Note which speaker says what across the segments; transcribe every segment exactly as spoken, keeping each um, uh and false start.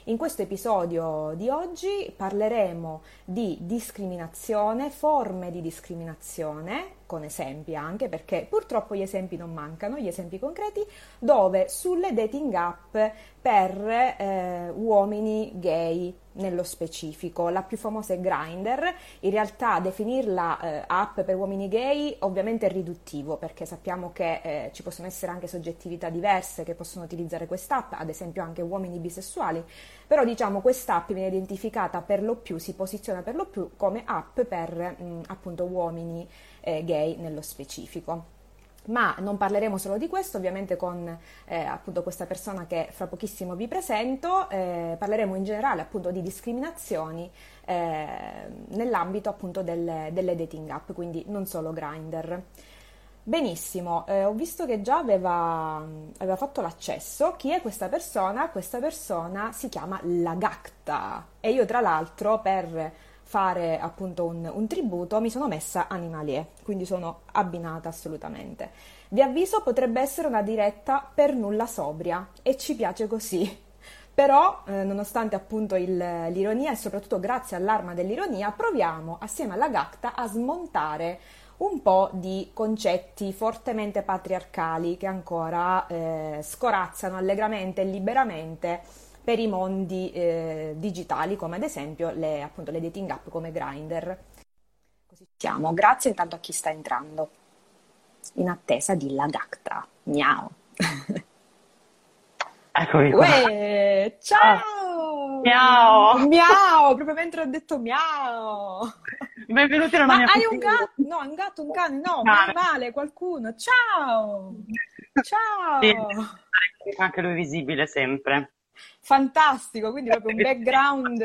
Speaker 1: In questo episodio di oggi parleremo di discriminazione, forme di discriminazione, con esempi anche, perché purtroppo gli esempi non mancano, gli esempi concreti, dove sulle dating app per eh, uomini gay nello specifico. La più famosa è Grindr. In realtà definirla eh, app per uomini gay ovviamente è riduttivo, perché sappiamo che eh, ci possono essere anche soggettività diverse che possono utilizzare quest'app, ad esempio anche uomini bisessuali, però diciamo quest'app viene identificata per lo più, si posiziona per lo più come app per mh, appunto uomini eh, gay nello specifico. Ma non parleremo solo di questo, ovviamente con eh, appunto questa persona che fra pochissimo vi presento, eh, parleremo in generale appunto di discriminazioni eh, nell'ambito appunto delle, delle dating app, quindi non solo Grindr. Benissimo, eh, ho visto che già aveva, aveva fatto l'accesso. Chi è questa persona? Questa persona si chiama Lagacta e io tra l'altro per fare appunto un, un tributo mi sono messa Animalier, quindi sono abbinata assolutamente. Vi avviso, potrebbe essere una diretta per nulla sobria e ci piace così. Però, eh, nonostante appunto il, l'ironia e soprattutto grazie all'arma dell'ironia, proviamo assieme alla Gacta a smontare un po' di concetti fortemente patriarcali che ancora eh, scorazzano allegramente e liberamente per i mondi eh, digitali, come ad esempio le, appunto, le dating app come Grindr. Così siamo. Grazie intanto a chi sta entrando, in attesa di Lagacta. Miau.
Speaker 2: Eccomi qua.
Speaker 1: Uè, ciao!
Speaker 2: Ah, miau!
Speaker 1: Miau, proprio mentre ho detto miau.
Speaker 2: Benvenuti nella
Speaker 1: Ma
Speaker 2: mia
Speaker 1: hai un
Speaker 2: cucina.
Speaker 1: gatto? No, un gatto, un cane? No, un
Speaker 2: Cane.
Speaker 1: animale, qualcuno. Ciao! Ciao!
Speaker 2: Sì, anche lui visibile sempre.
Speaker 1: Fantastico, quindi proprio un background.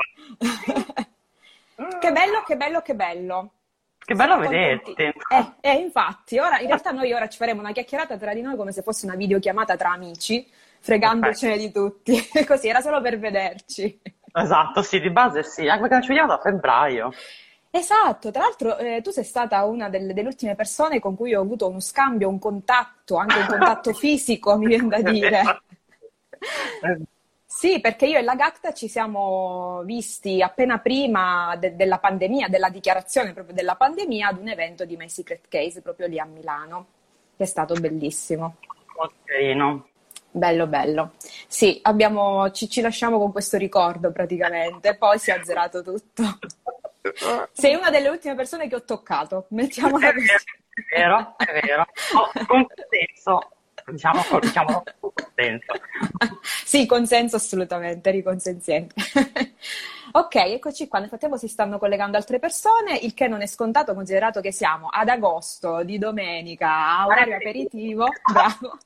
Speaker 1: Che bello, che bello, che bello.
Speaker 2: Che bello
Speaker 1: Siamo contenti.
Speaker 2: vederti.
Speaker 1: Eh, eh, infatti, ora, in realtà noi ora ci faremo una chiacchierata tra di noi come se fosse una videochiamata tra amici, fregandocene di tutti. Così, era solo per vederci.
Speaker 2: Esatto, sì, di base sì, anche perché non ci vediamo da febbraio.
Speaker 1: Esatto, tra l'altro eh, tu sei stata una delle, delle ultime persone con cui ho avuto uno scambio, un contatto, anche un contatto fisico, mi viene da dire. Sì, perché io e la Gacta ci siamo visti appena prima de- della pandemia, della dichiarazione proprio della pandemia, ad un evento di My Secret Case proprio lì a Milano, che è stato bellissimo.
Speaker 2: Molto carino.
Speaker 1: Bello, bello. Sì, abbiamo, ci, ci lasciamo con questo ricordo praticamente, poi si è azzerato tutto. Sei una delle ultime persone che ho toccato, mettiamola
Speaker 2: È
Speaker 1: così.
Speaker 2: vero, è vero, è vero. Oh, con consenso, diciamo, diciamo con consenso.
Speaker 1: Sì, consenso assolutamente, riconsenziente. Ok, eccoci qua. Nel frattempo si stanno collegando altre persone, il che non è scontato considerato che siamo ad agosto di domenica a orario aperitivo. Bravo.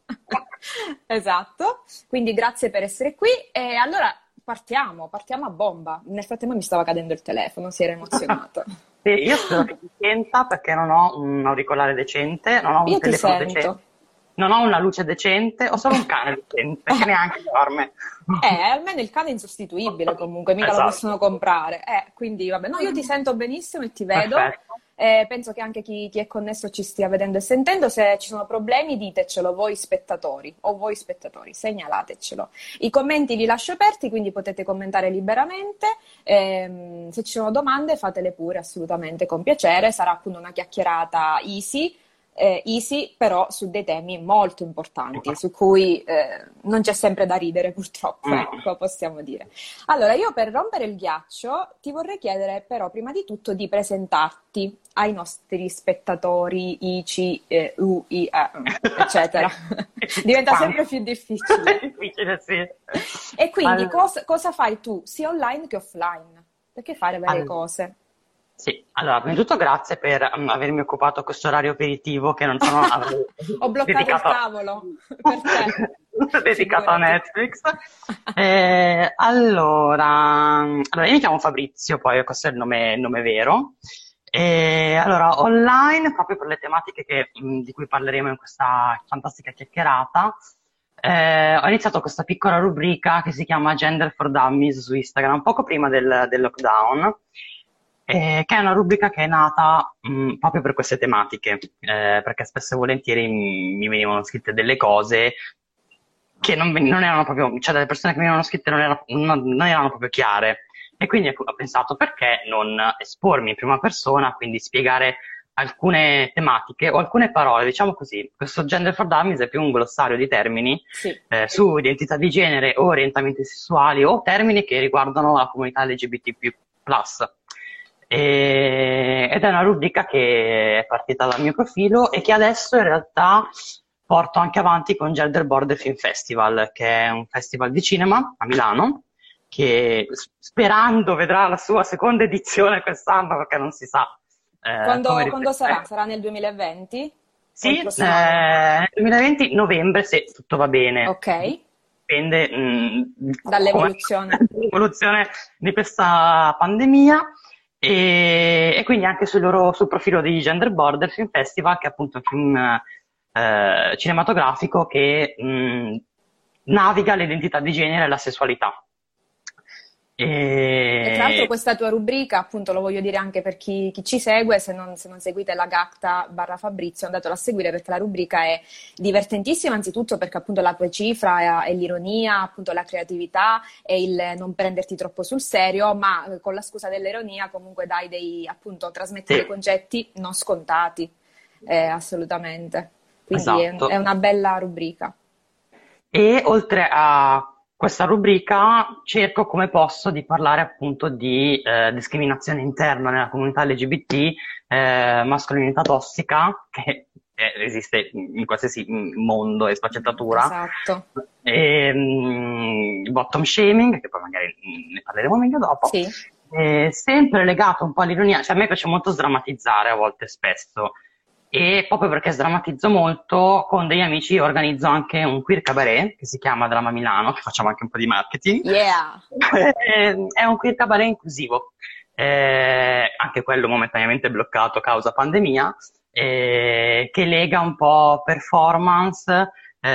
Speaker 1: Esatto. Quindi grazie per essere qui. E allora partiamo, partiamo a bomba. Nel frattempo mi stava cadendo il telefono, si era emozionato.
Speaker 2: Sì, io spero che ti senta perché non ho un auricolare decente, non ho un
Speaker 1: Io ti
Speaker 2: telefono
Speaker 1: sento.
Speaker 2: decente, non ho una luce decente, ho solo un cane decente che neanche dorme.
Speaker 1: Eh, almeno il cane è insostituibile comunque, mica
Speaker 2: Esatto.
Speaker 1: lo possono comprare. Eh, quindi vabbè, no, io ti sento benissimo e ti vedo.
Speaker 2: Perfetto.
Speaker 1: Eh, penso che anche chi, chi è connesso ci stia vedendo e sentendo. Se ci sono problemi, ditecelo voi spettatori o voi spettatori, segnalatecelo. I commenti li lascio aperti, quindi potete commentare liberamente. Ehm, se ci sono domande, fatele pure assolutamente con piacere. Sarà appunto una chiacchierata easy. Eh, easy, però su dei temi molto importanti, su cui eh, non c'è sempre da ridere, purtroppo, ecco, possiamo dire. Allora, io per rompere il ghiaccio ti vorrei chiedere però prima di tutto di presentarti ai nostri spettatori I C, eh, U, I, eh, eccetera. Diventa sempre più difficile.
Speaker 2: Difficile, sì.
Speaker 1: E quindi
Speaker 2: Allora,
Speaker 1: cosa, cosa fai tu, sia online che offline? Perché fare varie
Speaker 2: allora,
Speaker 1: cose?
Speaker 2: sì, allora, prima di tutto grazie per mm, avermi occupato questo orario aperitivo che non sono avrei
Speaker 1: Ho bloccato il
Speaker 2: dedicato,
Speaker 1: tavolo per te.
Speaker 2: dedicato a
Speaker 1: Figurati.
Speaker 2: Netflix. Eh, allora, allora, io mi chiamo Fabrizio, poi questo è il nome, il nome vero. E, allora, online, proprio per le tematiche che, mm, di cui parleremo in questa fantastica chiacchierata, eh, ho iniziato questa piccola rubrica che si chiama Gender for Dummies su Instagram, poco prima del, del lockdown, eh, che è una rubrica che è nata mh, proprio per queste tematiche, eh, perché spesso e volentieri mi, mi venivano scritte delle cose che non, ven- non erano proprio, cioè delle persone che mi avevano scritte non, era- non- non erano proprio chiare. E quindi ho pensato perché non espormi in prima persona, quindi spiegare alcune tematiche o alcune parole, diciamo così. Questo Gender for Dummies è più un glossario di termini
Speaker 1: Sì.
Speaker 2: eh, su identità di genere o orientamenti sessuali o termini che riguardano la comunità L G B T più plus. E- ed è una rubrica che è partita dal mio profilo e che adesso in realtà porto anche avanti con Gender Border Film Festival, che è un festival di cinema a Milano, che s- sperando vedrà la sua seconda edizione quest'anno, perché non si sa eh, come
Speaker 1: Quando, quando sarà?
Speaker 2: ripetere.
Speaker 1: Sarà nel duemilaventi o il
Speaker 2: Sì, eh,
Speaker 1: prossimo anno?
Speaker 2: nel duemilaventi, novembre, se tutto va bene.
Speaker 1: Ok,
Speaker 2: Dipende mh, come
Speaker 1: dall'evoluzione.
Speaker 2: l'evoluzione di questa pandemia. E, e quindi anche sul loro sul profilo di Gender Border Film Festival, che è appunto un film eh, cinematografico che mh, naviga l'identità di genere e la sessualità.
Speaker 1: E tra l'altro
Speaker 2: E,
Speaker 1: questa tua rubrica, appunto lo voglio dire anche per chi, chi ci segue, se non, se non seguite la Gacta barra Fabrizio, andatela a seguire perché la rubrica è divertentissima, anzitutto perché appunto la tua cifra è, è l'ironia, appunto la creatività e il non prenderti troppo sul serio, ma eh, con la scusa dell'ironia comunque dai dei, appunto, trasmetti dei
Speaker 2: sì,
Speaker 1: concetti non scontati, eh, assolutamente. Quindi è, è
Speaker 2: esatto.
Speaker 1: una bella rubrica.
Speaker 2: E oltre a questa rubrica cerco come posso di parlare appunto di eh, discriminazione interna nella comunità L G B T, eh, mascolinità tossica, che eh, esiste in qualsiasi mondo e sfaccettatura,
Speaker 1: Esatto.
Speaker 2: e, mm, bottom shaming, che poi magari mm, ne parleremo meglio dopo,
Speaker 1: Sì.
Speaker 2: eh, sempre legato un po' all'ironia, cioè a me piace molto sdrammatizzare a volte spesso. E proprio perché sdrammatizzo molto, con degli amici organizzo anche un queer cabaret che si chiama Drama Milano, che facciamo anche un po' di marketing.
Speaker 1: Yeah.
Speaker 2: Eh, È un queer cabaret inclusivo, eh, anche quello momentaneamente bloccato a causa pandemia, eh, che lega un po' performance,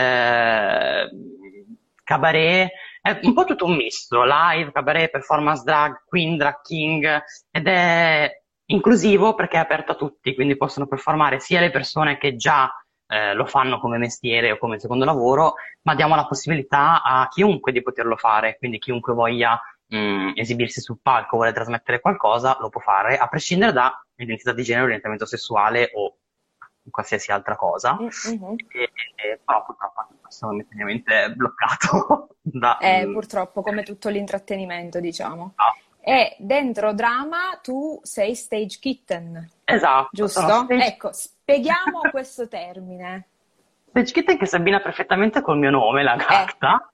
Speaker 2: eh, cabaret, è un po' tutto un misto, live, cabaret, performance drag, queen, drag king, ed è inclusivo perché è aperto a tutti, quindi possono performare sia le persone che già eh, lo fanno come mestiere o come secondo lavoro, ma diamo la possibilità a chiunque di poterlo fare, quindi chiunque voglia mh, esibirsi sul palco, vuole trasmettere qualcosa, lo può fare, a prescindere da identità di genere, orientamento sessuale o qualsiasi altra cosa.
Speaker 1: Mm, mhm.
Speaker 2: E, e, però purtroppo anche questo è momentaneamente bloccato da...
Speaker 1: Eh,
Speaker 2: mh,
Speaker 1: purtroppo, come tutto l'intrattenimento, diciamo.
Speaker 2: ah,
Speaker 1: E dentro drama tu sei stage kitten,
Speaker 2: esatto, sono
Speaker 1: giusto?
Speaker 2: stage...
Speaker 1: Ecco, spieghiamo questo termine.
Speaker 2: Stage Kitten che si abbina perfettamente col mio nome, la
Speaker 1: Eh,
Speaker 2: Gacta.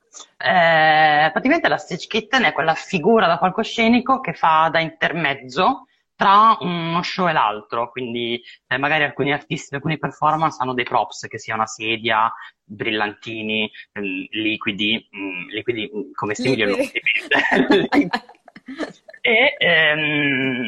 Speaker 2: Eh, praticamente la Stage Kitten è quella figura da palcoscenico che fa da intermezzo tra uno show e l'altro, quindi eh, magari alcuni artisti, alcuni performance hanno dei props, che sia una sedia, brillantini, ehm, liquidi, mm, liquidi mm, commestibili o non
Speaker 1: liquidi.
Speaker 2: si vede. E, ehm,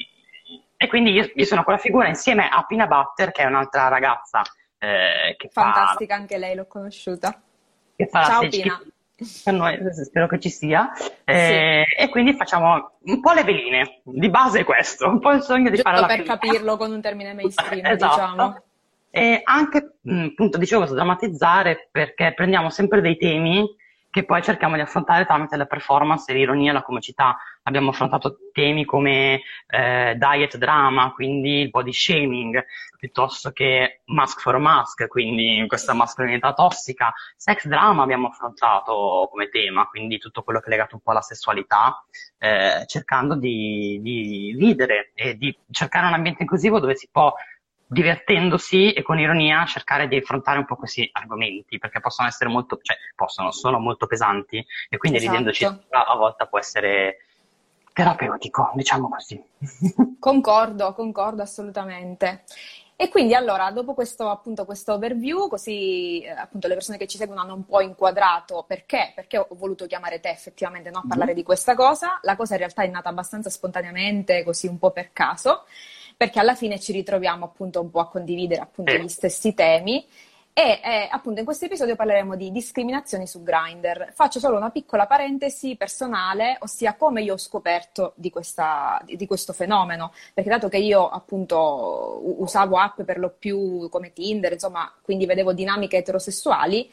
Speaker 2: e quindi io, io sono quella figura insieme a Pina Butter, che è un'altra ragazza eh, che fa,
Speaker 1: Fantastica, anche lei l'ho conosciuta.
Speaker 2: che fa la
Speaker 1: Ciao
Speaker 2: stage
Speaker 1: Pina.
Speaker 2: kick per noi, spero che ci sia.
Speaker 1: Sì,
Speaker 2: Eh, e quindi facciamo un po' le veline, di base è questo, un po' il sogno di fare
Speaker 1: giusto
Speaker 2: la
Speaker 1: per
Speaker 2: velina.
Speaker 1: capirlo con un termine mainstream, diciamo.
Speaker 2: Esatto. E anche, mh, appunto, dicevo, drammatizzare perché prendiamo sempre dei temi che poi cerchiamo di affrontare tramite la performance e l'ironia e la comicità. Abbiamo affrontato temi come eh, diet drama, quindi il body shaming, piuttosto che mask for mask, quindi questa mascolinità tossica. Sex drama abbiamo affrontato come tema, quindi tutto quello che è legato un po' alla sessualità, eh, cercando di, di ridere e di cercare un ambiente inclusivo dove si può, divertendosi e con ironia, cercare di affrontare un po' questi argomenti, perché possono essere molto, cioè possono, sono molto pesanti e quindi ridendoci
Speaker 1: Esatto.
Speaker 2: sopra a volte può essere terapeutico, diciamo così.
Speaker 1: Concordo, concordo assolutamente. E quindi allora, dopo questo, appunto, questo overview, così eh, appunto le persone che ci seguono hanno un po' inquadrato perché, perché ho voluto chiamare te effettivamente no, a parlare
Speaker 2: Mhm.
Speaker 1: di questa cosa. La cosa in realtà è nata abbastanza spontaneamente, così un po' per caso, perché alla fine ci ritroviamo appunto un po' a condividere appunto
Speaker 2: Sì,
Speaker 1: gli stessi temi. E eh, appunto in questo episodio parleremo di discriminazioni su Grindr. Faccio solo una piccola parentesi personale, ossia come io ho scoperto di questa- di- di questo fenomeno, perché dato che io appunto u- usavo app per lo più come Tinder, insomma, quindi vedevo dinamiche eterosessuali,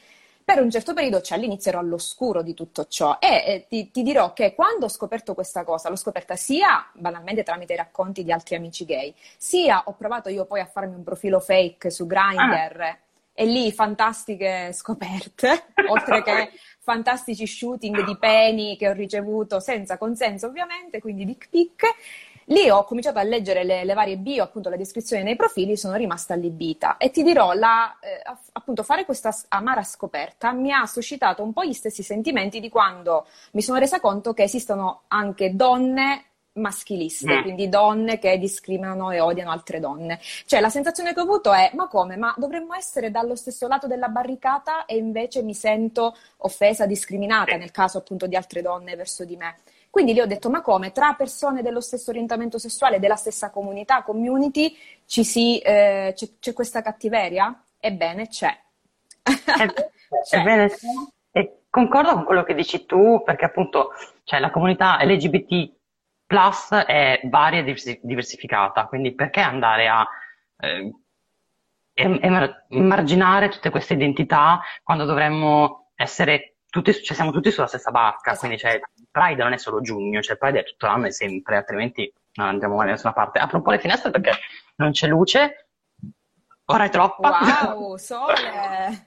Speaker 1: per un certo periodo, cioè all'inizio ero all'oscuro di tutto ciò e eh, ti, ti dirò che quando ho scoperto questa cosa, l'ho scoperta sia banalmente tramite i racconti di altri amici gay, sia ho provato io poi a farmi un profilo fake su
Speaker 2: Ah,
Speaker 1: Grindr e lì fantastiche scoperte, oltre che fantastici shooting di peni che ho ricevuto senza consenso ovviamente, quindi dick pic. Lì ho cominciato a leggere le, le varie bio, appunto le descrizioni nei profili, sono rimasta allibita e ti dirò, la, eh, appunto fare questa amara scoperta mi ha suscitato un po' gli stessi sentimenti di quando mi sono resa conto che esistono anche donne maschiliste,
Speaker 2: mm.
Speaker 1: quindi donne che discriminano e odiano altre donne. Cioè la sensazione che ho avuto è, ma come? Ma dovremmo essere dallo stesso lato della barricata e invece mi sento offesa, discriminata nel caso appunto di altre donne verso di me. Quindi lì ho detto, ma come? Tra persone dello stesso orientamento sessuale, della stessa comunità, community, ci si, eh, c'è, c'è questa cattiveria? Ebbene, c'è.
Speaker 2: È-
Speaker 1: C'è.
Speaker 2: Ebbene sì, e concordo con quello che dici tu, perché appunto cioè, la comunità L G B T plus è varia e diversi- diversificata, quindi perché andare a eh, em- emar- emarginare tutte queste identità quando dovremmo essere tutti, cioè siamo tutti sulla stessa barca, quindi
Speaker 1: Esatto.
Speaker 2: cioè, il Pride non è solo giugno, cioè il Pride è tutto l'anno e sempre, altrimenti non andiamo mai da nessuna parte. Apro un po' le finestre perché non c'è luce, ora è troppa.
Speaker 1: Wow, sole!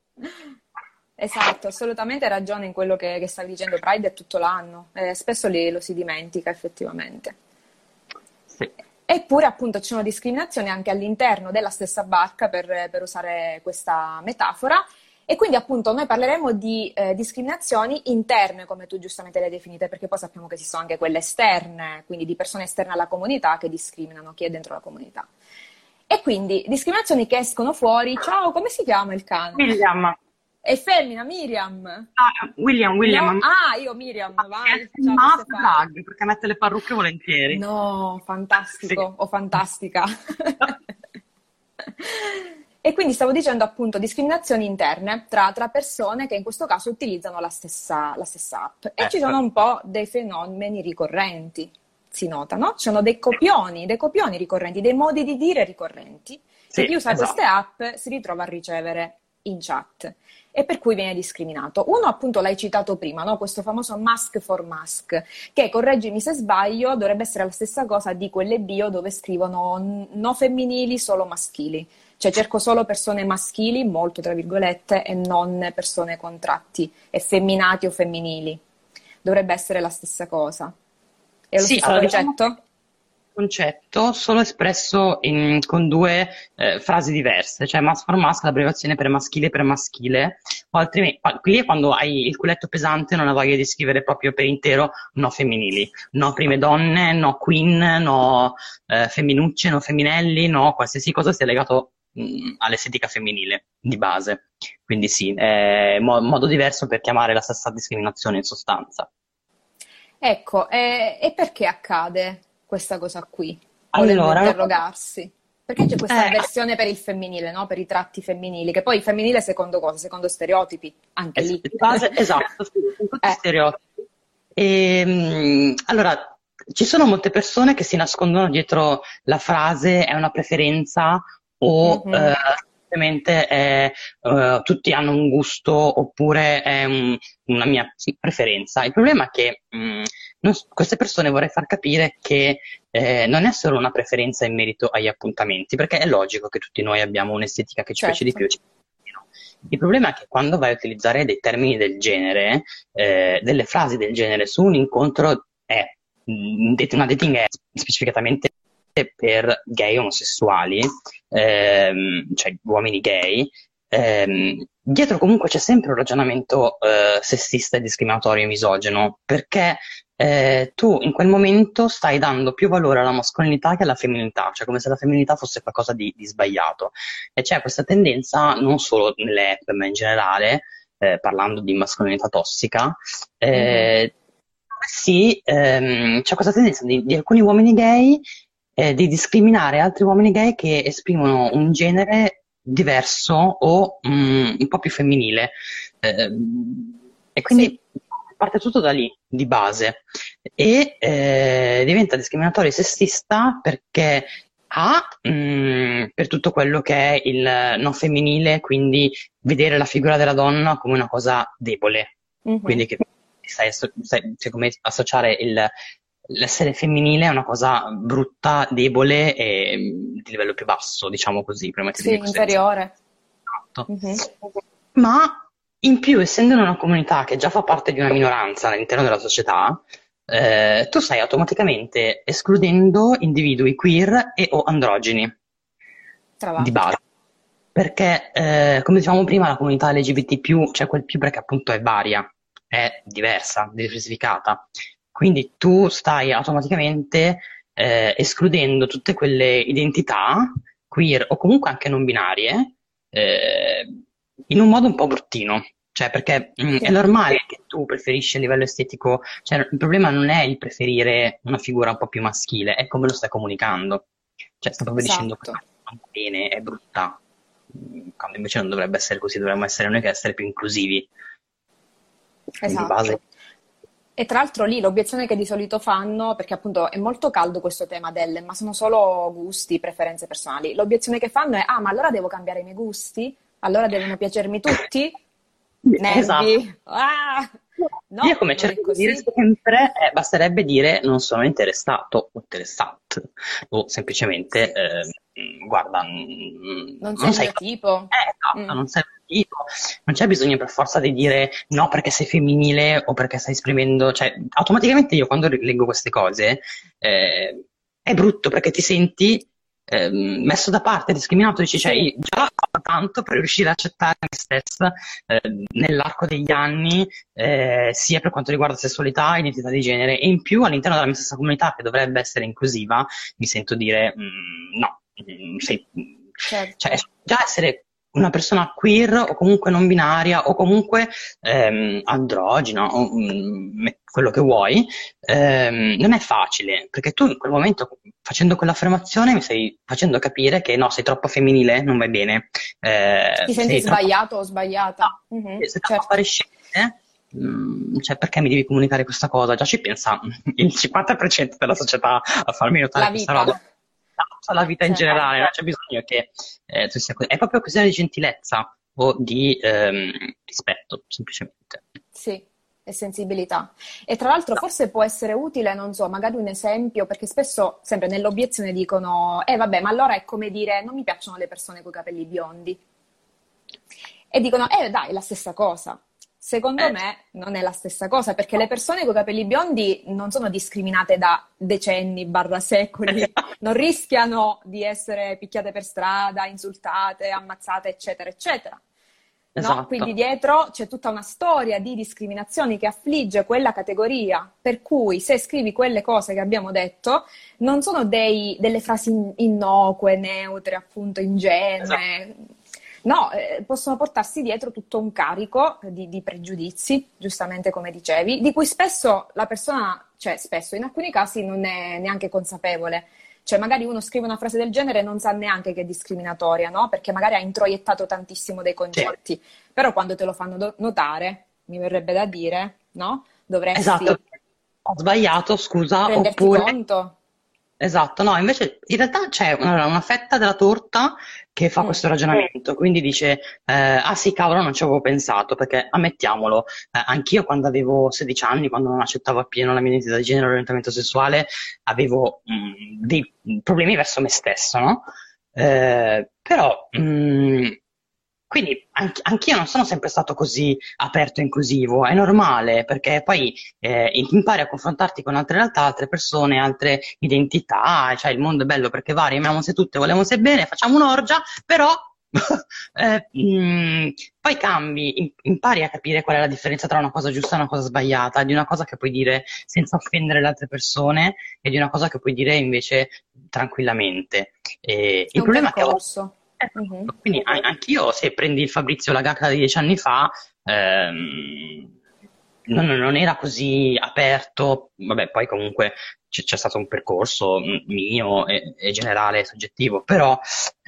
Speaker 1: Esatto, assolutamente hai ragione in quello che, che stavi dicendo, Pride è tutto l'anno, eh, spesso li- lo si dimentica effettivamente.
Speaker 2: Sì.
Speaker 1: Eppure appunto ci sono discriminazioni anche all'interno della stessa barca, per, per usare questa metafora, e quindi appunto noi parleremo di eh, discriminazioni interne, come tu giustamente le hai definite, perché poi sappiamo che esistono anche quelle esterne, quindi di persone esterne alla comunità che discriminano chi è dentro la comunità. E quindi discriminazioni che escono fuori. Ciao, come si chiama il cane?
Speaker 2: William,
Speaker 1: È femmina, Miriam.
Speaker 2: ah, William, William,
Speaker 1: No?
Speaker 2: ma
Speaker 1: Ah, io Miriam, vai.
Speaker 2: è
Speaker 1: Ciao, che
Speaker 2: must
Speaker 1: stai fare?
Speaker 2: drag perché mette le parrucche volentieri.
Speaker 1: No,
Speaker 2: Sì.
Speaker 1: fantastico o fantastica. E quindi stavo dicendo appunto discriminazioni interne tra, tra persone che in questo caso utilizzano la stessa, la stessa app. E ci
Speaker 2: Ecco,
Speaker 1: sono un po' dei fenomeni ricorrenti, si nota, no? Ci sono dei copioni, dei copioni ricorrenti, dei modi di dire ricorrenti che
Speaker 2: sì,
Speaker 1: chi usa queste
Speaker 2: esatto.
Speaker 1: app si ritrova a ricevere in chat e per cui viene discriminato. Uno appunto l'hai citato prima, no? Questo famoso mask for mask, che correggimi se sbaglio, dovrebbe essere la stessa cosa di quelle bio dove scrivono n- no femminili, solo maschili. Cioè cerco solo persone maschili, molto tra virgolette, e non persone con tratti effeminati o femminili. Dovrebbe essere la stessa cosa. È lo
Speaker 2: Sì,
Speaker 1: stesso
Speaker 2: allora diciamo che
Speaker 1: concetto?
Speaker 2: il concetto solo espresso in- con due eh, frasi diverse, cioè mask for mask, l'abbreviazione per maschile per maschile, o altrimenti, qua- qui è quando hai il culetto pesante e non hai voglia di scrivere proprio per intero no femminili, no prime donne, no queen, no eh, femminucce, no femminelli, no qualsiasi cosa sia legato mh, all'estetica femminile di base. Quindi sì, è mo- modo diverso per chiamare la stessa discriminazione in sostanza.
Speaker 1: Ecco, e, e perché accade questa cosa qui? Volendo
Speaker 2: Allora,
Speaker 1: interrogarsi. Perché c'è questa
Speaker 2: eh,
Speaker 1: avversione per il femminile, no? Per i tratti femminili, che poi il femminile secondo cosa? Secondo stereotipi, anche
Speaker 2: es-
Speaker 1: lì.
Speaker 2: di base, esatto, sì, sono tutti
Speaker 1: Eh,
Speaker 2: stereotipi. E, allora, ci sono molte persone che si nascondono dietro la frase è una preferenza o eh,
Speaker 1: mhm,
Speaker 2: semplicemente è, eh, tutti hanno un gusto oppure è un- una mia sì, preferenza. Il problema è che mh, non s- queste persone vorrei far capire che eh, non è solo una preferenza in merito agli appuntamenti, perché è logico che tutti noi abbiamo un'estetica che ci piace di
Speaker 1: certo.
Speaker 2: più e ci piace di meno. Il problema è che quando vai a utilizzare dei termini del genere, eh, delle frasi del genere su un incontro è mh, det- una dating è specificatamente per gay omosessuali, ehm, cioè uomini gay, ehm, dietro comunque c'è sempre un ragionamento eh, sessista e discriminatorio e misogino, perché eh, tu in quel momento stai dando più valore alla mascolinità che alla femminilità, cioè come se la femminilità fosse qualcosa di, di sbagliato. E c'è questa tendenza non solo nelle app, ma in generale, eh, parlando di mascolinità tossica,
Speaker 1: Mhm.
Speaker 2: eh, sì, ehm, c'è questa tendenza di, di alcuni uomini gay eh, di discriminare altri uomini gay che esprimono un genere diverso o mm, un po' più femminile. Ehm, e
Speaker 1: Sì,
Speaker 2: quindi parte tutto da lì, di base, e eh, diventa discriminatorio e sessista perché A, mh, per tutto quello che è il no femminile, quindi vedere la figura della donna come una cosa debole,
Speaker 1: Mhm.
Speaker 2: quindi che stai, asso- stai- cioè come associare il- l'essere femminile a una cosa brutta, debole e mh, di livello più basso, diciamo così, per metterli di
Speaker 1: Sì,
Speaker 2: conseguenza.
Speaker 1: inferiore.
Speaker 2: Esatto.
Speaker 1: Mhm.
Speaker 2: Ma in più, essendo in una comunità che già fa parte di una minoranza all'interno della società, eh, tu stai automaticamente escludendo individui queer e o androgeni
Speaker 1: Tra
Speaker 2: di
Speaker 1: l'altro.
Speaker 2: base. Perché, eh, come dicevamo prima, la comunità L G B T più, cioè quel più perché appunto è varia, è diversa, diversificata. Quindi tu stai automaticamente eh, escludendo tutte quelle identità queer o comunque anche non binarie eh, in un modo un po' bruttino. Cioè, perché mh, è
Speaker 1: Sì,
Speaker 2: normale che tu preferisci a livello estetico, cioè il problema non è il preferire una figura un po' più maschile, è come lo stai comunicando. Cioè, sta proprio dicendo che
Speaker 1: esatto,
Speaker 2: non va bene, è brutta. Mm, quando invece non dovrebbe essere così, dovremmo essere noi che essere più inclusivi. Quindi di base.
Speaker 1: esatto. E tra l'altro lì l'obiezione che di solito fanno, perché appunto è molto caldo questo tema delle, ma sono solo gusti, preferenze personali. L'obiezione che fanno è, ah, ma allora devo cambiare i miei gusti? Allora devono piacermi tutti?
Speaker 2: Esatto.
Speaker 1: Nervi? Ah!
Speaker 2: Io
Speaker 1: No,
Speaker 2: come
Speaker 1: non è
Speaker 2: cerco di dire
Speaker 1: così.
Speaker 2: sempre, eh, basterebbe dire non sono interessato o interessato, o semplicemente
Speaker 1: Sì,
Speaker 2: eh, mm, guarda, mm,
Speaker 1: non sei
Speaker 2: non
Speaker 1: il
Speaker 2: sei
Speaker 1: mio
Speaker 2: fatto.
Speaker 1: tipo.
Speaker 2: Eh, esatto,
Speaker 1: Mm,
Speaker 2: non sei il tipo. Non c'è bisogno per forza di dire no perché sei femminile o perché stai esprimendo, cioè automaticamente io quando leggo queste cose eh, è brutto perché ti senti ehm, messo da parte, discriminato, dici, cioè,
Speaker 1: sì,
Speaker 2: io già l'ho fatto tanto per riuscire a accettare me stessa eh, nell'arco degli anni, eh, sia per quanto riguarda sessualità, identità di genere, e in più all'interno della mia stessa comunità, che dovrebbe essere inclusiva, mi sento dire mm, no, mm, sei- cioè,
Speaker 1: certo.
Speaker 2: già essere una persona queer o comunque non binaria o comunque ehm, androgina o mm, quello che vuoi, ehm, non è facile, perché tu in quel momento, facendo quell'affermazione, mi stai facendo capire che no, sei troppo femminile, non vai bene, eh,
Speaker 1: Ti senti
Speaker 2: sei troppo...
Speaker 1: sbagliato o sbagliata?
Speaker 2: No,
Speaker 1: Mhm,
Speaker 2: sei troppo
Speaker 1: certo.
Speaker 2: appariscente, mm, cioè perché mi devi comunicare questa cosa? Già ci pensa il cinquanta per cento della società a farmi notare
Speaker 1: La
Speaker 2: questa
Speaker 1: vita,
Speaker 2: roba. No, la vita in
Speaker 1: certo.
Speaker 2: generale, non c'è bisogno che eh, tu sia così. È proprio questione di gentilezza o di ehm, rispetto, semplicemente.
Speaker 1: Sì, e sensibilità. E tra l'altro
Speaker 2: No.
Speaker 1: forse può essere utile, non so, magari un esempio, perché spesso, sempre nell'obiezione dicono, eh vabbè, ma allora è come dire, non mi piacciono le persone con i capelli biondi. E dicono, eh dai, è la stessa cosa. Secondo
Speaker 2: Eh,
Speaker 1: me non è la stessa cosa, perché le persone con i capelli biondi non sono discriminate da decenni, barra secoli, non rischiano di essere picchiate per strada, insultate, ammazzate, eccetera, eccetera. No?
Speaker 2: esatto,
Speaker 1: Quindi dietro c'è tutta una storia di discriminazioni che affligge quella categoria, per cui se scrivi quelle cose che abbiamo detto, non sono dei- delle frasi in- innocue, neutre, appunto
Speaker 2: esatto.
Speaker 1: ingenue. No, eh, possono portarsi dietro tutto un carico di, di pregiudizi, giustamente come dicevi, di cui spesso la persona, cioè spesso, in alcuni casi non è neanche consapevole. Cioè, magari uno scrive una frase del genere e non sa neanche che è discriminatoria, no? Perché magari ha introiettato tantissimo dei
Speaker 2: Sì,
Speaker 1: concetti. Però quando te lo fanno do- notare, mi verrebbe da dire, no?
Speaker 2: esatto.
Speaker 1: Dovresti
Speaker 2: Ho sbagliato, scusa,
Speaker 1: renderti
Speaker 2: oppure...
Speaker 1: conto.
Speaker 2: Esatto, no, invece in realtà c'è una, una fetta della torta che fa
Speaker 1: Mm,
Speaker 2: questo ragionamento, quindi dice, eh, ah sì, cavolo, non ci avevo pensato, perché ammettiamolo, eh, anch'io quando avevo sedici anni, quando non accettavo appieno la mia identità di genere e l'orientamento sessuale, avevo mh, dei problemi verso me stesso, no? Eh, però, mh, quindi anch- anch'io non sono sempre stato così aperto e inclusivo, è normale, perché poi eh, impari a confrontarti con altre realtà, altre persone, altre identità, cioè il mondo è bello perché varie, amiamo se tutte, vogliamo se bene, facciamo un'orgia, però eh, mh, poi cambi, im- impari a capire qual è la differenza tra una cosa giusta e una cosa sbagliata, di una cosa che puoi dire senza offendere le altre persone e di una cosa che puoi dire invece tranquillamente. E
Speaker 1: è
Speaker 2: il
Speaker 1: un
Speaker 2: problema è che a volte...
Speaker 1: percorso. Mhm.
Speaker 2: Esatto, quindi a- anch'io, se prendi il Fabrizio Lagacca di dieci anni fa, ehm, non, non era così aperto, vabbè, poi comunque c'è c'è stato un percorso mm, mio e, e generale, soggettivo, però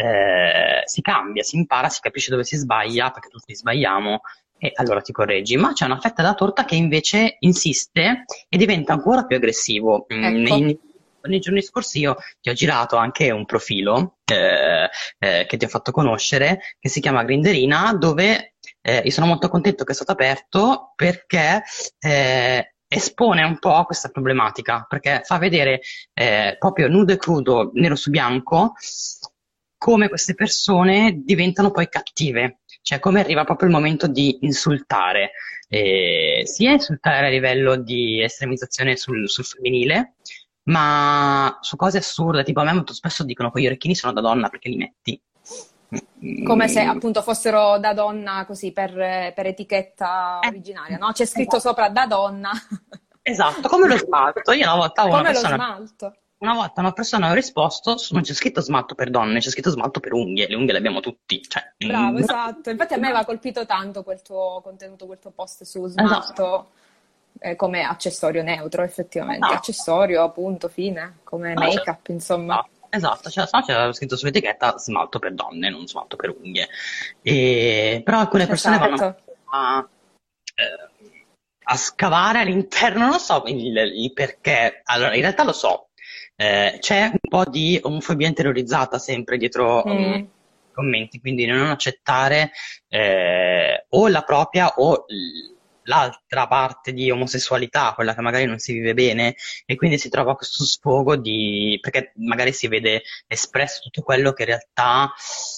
Speaker 2: eh, si cambia, si impara, si capisce dove si sbaglia, perché tutti sbagliamo, e allora ti correggi. Ma c'è una fetta della torta che invece insiste e diventa ancora più aggressivo. Mm,
Speaker 1: Ecco,
Speaker 2: nei giorni scorsi io ti ho girato anche un profilo eh, eh, che ti ho fatto conoscere, che si chiama Grinderina, dove eh, io sono molto contento che è stato aperto perché eh, espone un po' questa problematica, perché fa vedere eh, proprio nudo e crudo, nero su bianco, come queste persone diventano poi cattive, cioè come arriva proprio il momento di insultare, eh, sia insultare a livello di estremizzazione sul, sul femminile, ma su cose assurde, tipo a me molto spesso dicono che gli orecchini sono da donna perché li metti.
Speaker 1: Come se
Speaker 2: Mm,
Speaker 1: appunto fossero da donna così per, per etichetta
Speaker 2: eh,
Speaker 1: originaria, no? C'è scritto
Speaker 2: esatto,
Speaker 1: sopra da donna,
Speaker 2: esatto, come lo smalto. Io una volta avevo una
Speaker 1: come lo
Speaker 2: persona,
Speaker 1: smalto.
Speaker 2: una volta una persona aveva risposto, su- non c'è scritto smalto per donne, c'è scritto smalto per unghie, le unghie le abbiamo tutti, cioè,
Speaker 1: Bravo,
Speaker 2: mm,
Speaker 1: esatto. Infatti a me aveva colpito tanto quel tuo contenuto, quel tuo post su
Speaker 2: esatto,
Speaker 1: smalto eh, come accessorio neutro, effettivamente.
Speaker 2: esatto.
Speaker 1: Accessorio, appunto, fine, come
Speaker 2: No, c'è-
Speaker 1: make-up, insomma.
Speaker 2: esatto, esatto, c'era no, c'era scritto sull'etichetta smalto per donne, non smalto per unghie. E- però alcune persone vanno
Speaker 1: Esatto.
Speaker 2: a, eh, a scavare all'interno, non so il, il perché. Allora, in realtà lo so, eh, c'è un po' di omofobia interiorizzata sempre dietro um, i
Speaker 1: Mm.
Speaker 2: commenti, quindi non accettare eh, o la propria o l- l'altra parte di omosessualità, quella che magari non si vive bene e quindi si trova questo sfogo di, perché magari si vede espresso tutto quello che in realtà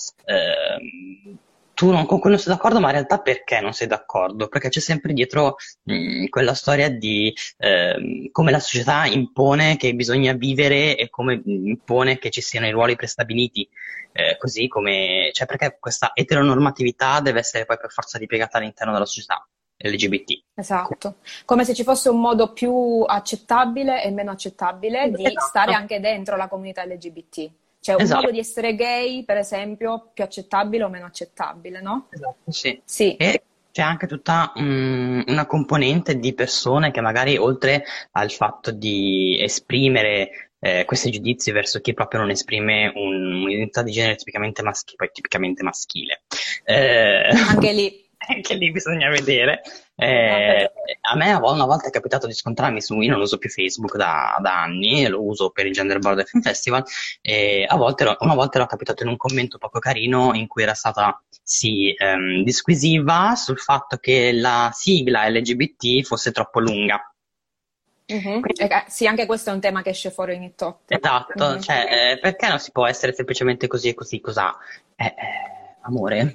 Speaker 2: ehm, tu non, con cui non sei d'accordo, ma in realtà perché non sei d'accordo? Perché c'è sempre dietro mh, quella storia di ehm, come la società impone che bisogna vivere e come impone che ci siano i ruoli prestabiliti. Eh, così come, cioè perché questa eteronormatività deve essere poi per forza ripiegata all'interno della società L G B T.
Speaker 1: Esatto, come se ci fosse un modo più accettabile e meno accettabile di stare
Speaker 2: Esatto,
Speaker 1: anche dentro la comunità L G B T. Cioè un modo
Speaker 2: esatto.
Speaker 1: di essere gay, per esempio, più accettabile o meno accettabile, no?
Speaker 2: Esatto, sì.
Speaker 1: Sì.
Speaker 2: E c'è anche tutta mm, una componente di persone che magari oltre al fatto di esprimere eh, questi giudizi verso chi proprio non esprime un- un'identità di genere tipicamente maschile, poi tipicamente maschile, eh,
Speaker 1: Anche lì.
Speaker 2: anche lì bisogna vedere.
Speaker 1: Vabbè.
Speaker 2: Eh, a me una volta è capitato di scontrarmi su, io non uso più Facebook da, da anni, lo uso per il Gender Border Film Festival, e a volte ero- una volta ero capitato in un commento poco carino in cui era stata sì, ehm, disquisiva sul fatto che la sigla L G B T fosse troppo lunga.
Speaker 1: Mhm. E,
Speaker 2: Quindi,
Speaker 1: eh, sì, anche questo è un tema che esce fuori ogni tot.
Speaker 2: esatto,
Speaker 1: Mhm.
Speaker 2: cioè, eh, perché non si può essere semplicemente così e così, cos'ha? Eh, eh, amore.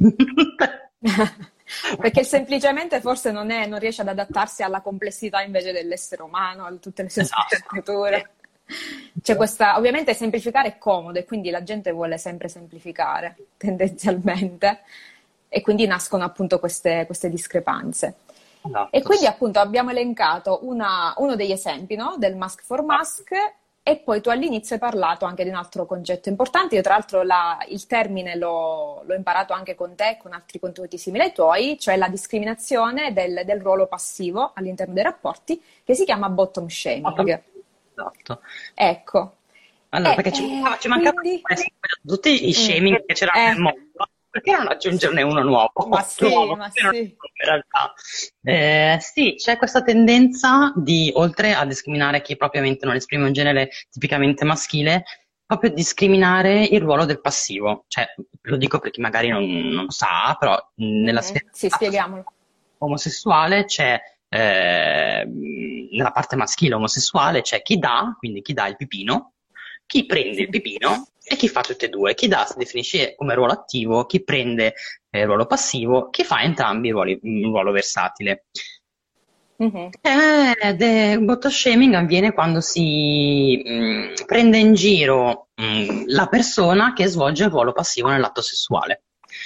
Speaker 1: Perché semplicemente forse non è, non riesce ad adattarsi alla complessità invece dell'essere umano, a tutte le sue
Speaker 2: Esatto.
Speaker 1: sfaccettature. C'è questa, ovviamente semplificare è comodo e quindi la gente vuole sempre semplificare, tendenzialmente, e quindi nascono appunto queste, queste discrepanze. E
Speaker 2: Esatto,
Speaker 1: quindi
Speaker 2: sì.
Speaker 1: appunto abbiamo elencato una- uno degli esempi, no? Del mask for mask e poi tu all'inizio hai parlato anche di un altro concetto importante. Io tra l'altro la- il termine l'ho, l'ho imparato anche con te, e con altri contenuti simili ai tuoi, cioè la discriminazione del, del ruolo passivo all'interno dei rapporti che si chiama bottom shaming.
Speaker 2: Esatto.
Speaker 1: Ecco.
Speaker 2: Allora,
Speaker 1: E
Speaker 2: perché ci mancava,
Speaker 1: eh,
Speaker 2: ci mancava
Speaker 1: quindi...
Speaker 2: tutti i
Speaker 1: Mm,
Speaker 2: shaming che c'erano nel
Speaker 1: eh,
Speaker 2: mondo, perché non aggiungerne uno nuovo?
Speaker 1: ma sì,
Speaker 2: Nuovo,
Speaker 1: ma
Speaker 2: che non è
Speaker 1: sì.
Speaker 2: nuovo in realtà. Eh, sì, c'è questa tendenza di, oltre a discriminare chi propriamente non esprime un genere tipicamente maschile, proprio discriminare il ruolo del passivo. Cioè, lo dico per chi magari non, non sa, però mh, nella
Speaker 1: Mhm,
Speaker 2: sfera
Speaker 1: sì, spieghiamolo.
Speaker 2: omosessuale c'è, eh, nella parte maschile omosessuale c'è chi dà, quindi chi dà il pipino, chi prende il pipino e chi fa tutte e due. Chi dà si definisce come ruolo attivo, chi prende eh, il ruolo passivo, chi fa entrambi i ruoli, un ruolo versatile.
Speaker 1: Mhm,
Speaker 2: Ed è, bottom shaming avviene quando si mh, prende in giro mh, la persona che svolge il ruolo passivo nell'atto sessuale,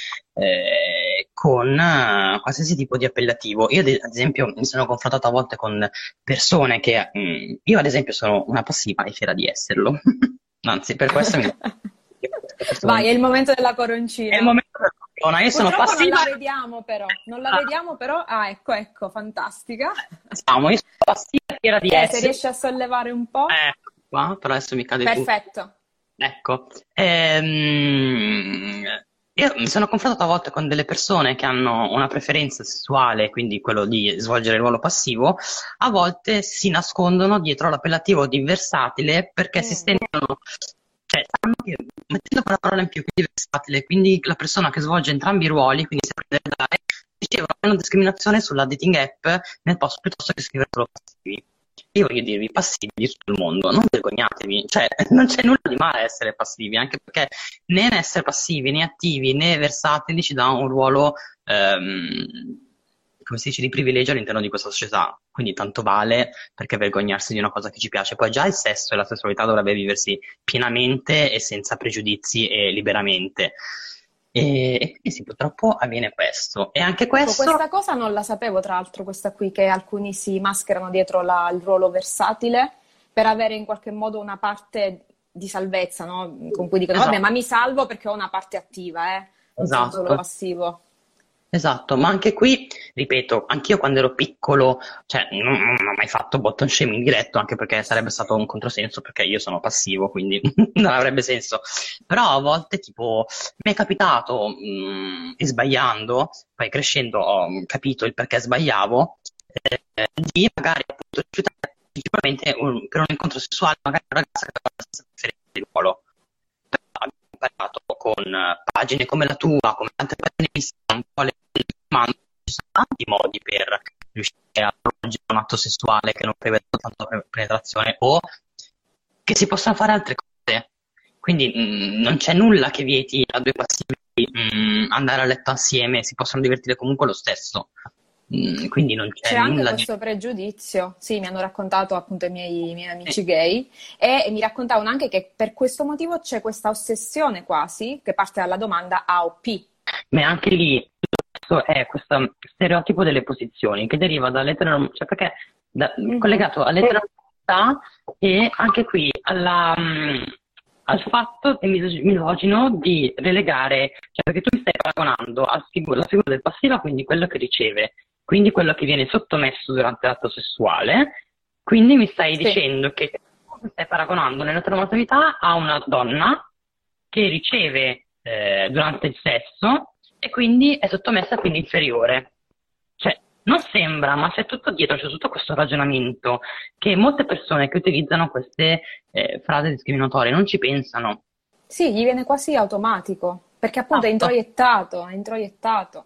Speaker 2: eh, con eh, qualsiasi tipo di appellativo. Io, ad ad esempio, mi sono confrontato a volte con persone che, mh, io, ad esempio, sono una passiva e fiera di esserlo. Anzi, per questo mi.
Speaker 1: Vai, è il momento della
Speaker 2: È il
Speaker 1: coroncina.
Speaker 2: momento della corona. Io sono
Speaker 1: Purtroppo non la
Speaker 2: passiva.
Speaker 1: vediamo però, non la vediamo però. Ah, ecco, ecco, fantastica.
Speaker 2: Siamo, io sono passiva e fiera di
Speaker 1: Eh, se
Speaker 2: essere.
Speaker 1: riesci a sollevare un po'.
Speaker 2: Ecco qua, però adesso mi cade tutto.
Speaker 1: Perfetto.
Speaker 2: Ecco, ehm, io mi sono confrontato a volte con delle persone che hanno una preferenza sessuale, quindi quello di svolgere il ruolo passivo, a volte si nascondono dietro l'appellativo di versatile perché si
Speaker 1: Mm.
Speaker 2: sentono, cioè, sanno che mettendo quella parola in più, quindi versatile, quindi la persona che svolge entrambi i ruoli, quindi si prende e dare, dicevano una discriminazione sulla dating app nel posto piuttosto che scrivere solo passivi. Io voglio dirvi, passivi di tutto il mondo, non vergognatevi, cioè non c'è nulla di male a essere passivi, anche perché né essere passivi, né attivi, né versatili ci dà un ruolo, ehm, come si dice, di privilegio all'interno di questa società. Quindi tanto vale perché vergognarsi di una cosa che ci piace. Poi già il sesso e la sessualità dovrebbe viversi pienamente e senza pregiudizi e liberamente. E, e quindi sì, purtroppo avviene questo. E anche
Speaker 1: Ecco,
Speaker 2: questo,
Speaker 1: questa cosa non la sapevo, tra l'altro, questa qui, che alcuni si mascherano dietro la- il ruolo versatile per avere in qualche modo una parte di salvezza, no? Con cui dicono, vabbè,
Speaker 2: esatto,
Speaker 1: ma mi salvo perché ho una parte attiva, eh? Non sono solo
Speaker 2: esatto.
Speaker 1: passivo.
Speaker 2: Esatto, ma anche qui, ripeto, anch'io quando ero piccolo, cioè non, non ho mai fatto button shaming diretto, anche perché sarebbe stato un controsenso, perché io sono passivo, quindi non avrebbe senso. Però a volte, tipo, mi è capitato, mh, e sbagliando, poi crescendo ho capito il perché sbagliavo, eh, di magari appunto rifiutare sicuramente un- per un incontro sessuale, magari una ragazza che aveva la stessa preferenza di ruolo. Però abbiamo imparato con eh, pagine come la tua, come tante pagine di Instagram, un po' le domande, ci sono tanti modi per riuscire a svolgere un atto sessuale che non prevede tanto pre- penetrazione o che si possono fare altre cose. Quindi mh, non c'è nulla che vieti a due passivi mh, andare a letto assieme, si possono divertire comunque lo stesso. Mm, quindi non c'è
Speaker 1: C'è anche
Speaker 2: nulla di...
Speaker 1: questo pregiudizio, sì, mi hanno raccontato appunto i miei, i miei
Speaker 2: Eh,
Speaker 1: amici gay e mi raccontavano anche che per questo motivo c'è questa ossessione quasi che parte dalla domanda A o P.
Speaker 2: Ma anche lì questo è questo stereotipo delle posizioni che deriva dall'eteronormatività, cioè perché da-
Speaker 1: Mhm.
Speaker 2: collegato all'eteronormatività e anche qui alla, mh, al fatto del misog- misogino di relegare, cioè perché tu mi stai paragonando al figu- alla figura del passiva, quindi quello che riceve, quindi quello che viene sottomesso durante l'atto sessuale, quindi mi stai
Speaker 1: Sì.
Speaker 2: dicendo che tu mi stai paragonando nell'eteronormatività a una donna che riceve eh, durante il sesso e quindi è sottomessa, quindi inferiore. Cioè, non sembra, ma c'è tutto dietro, c'è tutto questo ragionamento che molte persone che utilizzano queste eh, frasi discriminatorie non ci pensano.
Speaker 1: Sì, gli viene quasi automatico, perché appunto è
Speaker 2: Esatto,
Speaker 1: introiettato, è introiettato.